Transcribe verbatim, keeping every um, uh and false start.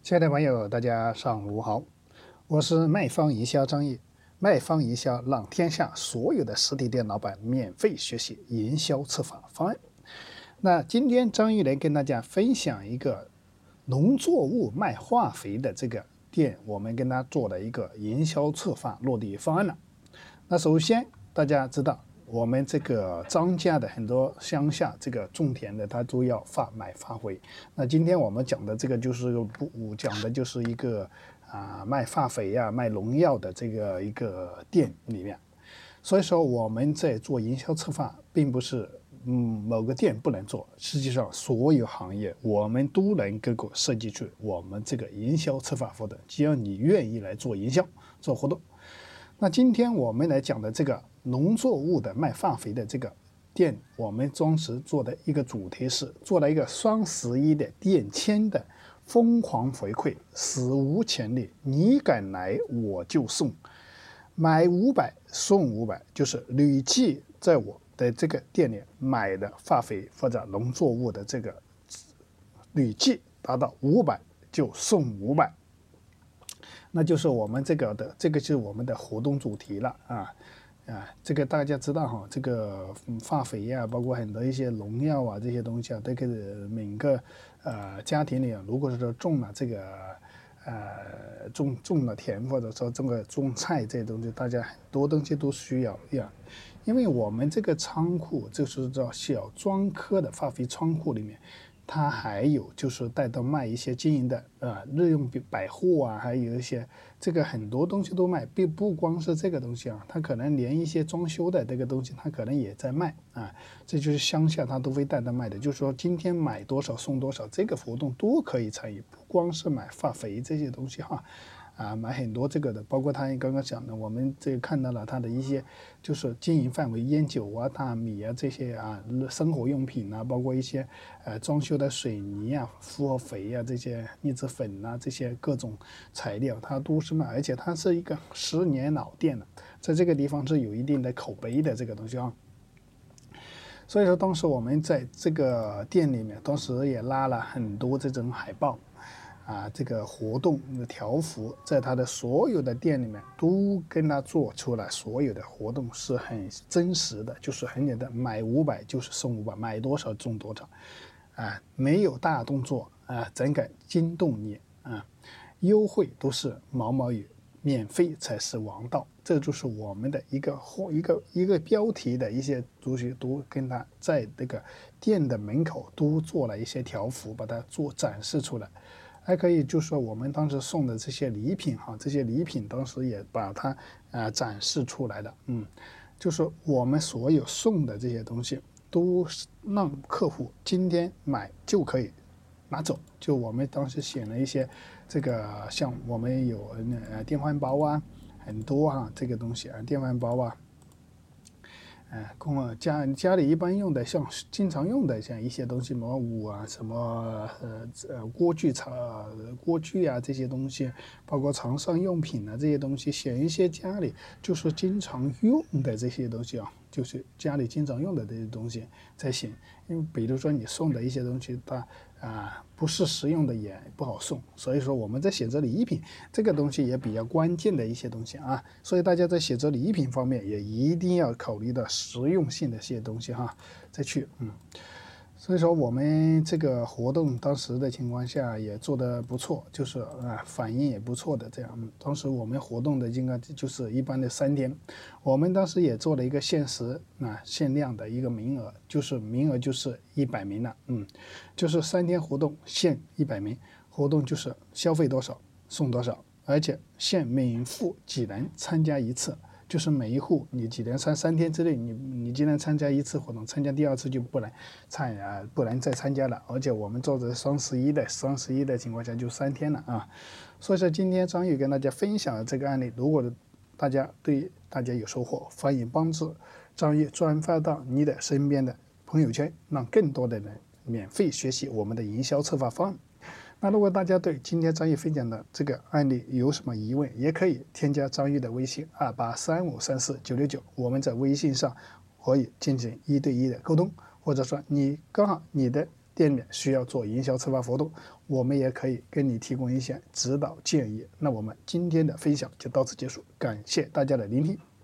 亲爱的朋友，大家上午好，我是卖方营销张毅。卖方营销让天下所有的实体店老板免费学习营销策划方案。那今天张毅来跟大家分享一个农作物卖化肥的这个店，我们跟他做了一个营销策划落地方案了。那首先大家知道，我们这个张家的很多乡下这个种田的，他都要发买化肥。那今天我们讲的这个就是不讲的就是一个啊卖化肥呀、卖农药的这个一个店里面。所以说我们在做营销策划，并不是嗯某个店不能做，实际上所有行业我们都能够够设计出我们这个营销策划活动，只要你愿意来做营销做活动。那今天我们来讲的这个农作物的卖化肥的这个店，我们当时做的一个主题是做了一个双十一的店签的疯狂回馈，史无前例，你敢来我就送，买五百送五百，就是累计在我的这个店里买的化肥或者农作物的这个累计达到五百就送五百。那就是我们这个的，这个就是我们的活动主题了啊啊！这个大家知道哈，这个化肥呀、啊，包括很多一些农药啊这些东西啊，这个每个呃家庭里啊，如果是说种了这个呃种种了田或者说这个种菜这些东西，大家很多东西都需要呀。因为我们这个仓库就是叫小专科的化肥仓库里面。它还有就是带到卖一些经营的呃日用百货啊，还有一些这个很多东西都卖，并不光是这个东西啊，它可能连一些装修的这个东西，它可能也在卖啊。这就是乡下它都会带到卖的，就是说今天买多少送多少，这个活动都可以参与，不光是买化肥这些东西哈。啊，买很多这个的，包括他刚刚讲的，我们这个看到了他的一些，就是经营范围，烟酒啊、大米啊这些啊，生活用品啊，包括一些呃装修的水泥啊、复合肥啊这些粒子粉啊这些各种材料，它都是卖，而且它是一个十年老店了，在这个地方是有一定的口碑的这个东西啊。所以说，当时我们在这个店里面，当时也拉了很多这种海报。啊，这个活动的条幅，在他的所有的店里面都跟他做出来，所有的活动是很真实的，就是很简单，买五百就是送五百，买多少中多少，啊，没有大动作啊，怎敢惊动你啊？优惠都是毛毛雨，免费才是王道，这就是我们的一个一个一个标题的一些东西，都跟他在这个店的门口都做了一些条幅，把它做展示出来。还可以就是说我们当时送的这些礼品哈，这些礼品当时也把它呃展示出来的，嗯，就是我们所有送的这些东西都让客户今天买就可以拿走。就我们当时写了一些这个，像我们有呃电饭煲啊，很多哈、啊、这个东西啊，电饭煲啊。呃，供啊家家里一般用的，像经常用的，像一些东西，什么碗啊，什么呃呃锅具、茶锅具啊这些东西，包括床上用品啊这些东西，选一些家里就是经常用的这些东西啊，就是家里经常用的这些东西才选。因为比如说你送的一些东西，它啊不是实用的也不好送，所以说我们在选择礼品这个东西也比较关键的一些东西啊，所以大家在选择礼品方面也一定要考虑到实用性的一些东西哈，再去嗯。所以说我们这个活动当时的情况下也做得不错，就是啊反应也不错的这样。当时我们活动的应该就是一般的三天，我们当时也做了一个限时啊限量的一个名额，就是名额就是一百名了，嗯，就是三天活动限一百名，活动就是消费多少送多少，而且限免付几人参加一次。就是每一户你几天三三天之内，你你既然参加一次活动，参加第二次就不能参啊，不能再参加了。而且我们做的双十一的双十一的情况下就三天了啊。所以说今天张宇跟大家分享的这个案例，如果大家对大家有收获，欢迎帮助张宇转发到你的身边的朋友圈，让更多的人免费学习我们的营销策划方案。那如果大家对今天张毅分享的这个案例有什么疑问，也可以添加张毅的微信二八三五三四九六九，我们在微信上可以进行一对一的沟通，或者说你刚好你的店面需要做营销策划活动，我们也可以跟你提供一些指导建议。那我们今天的分享就到此结束，感谢大家的聆听。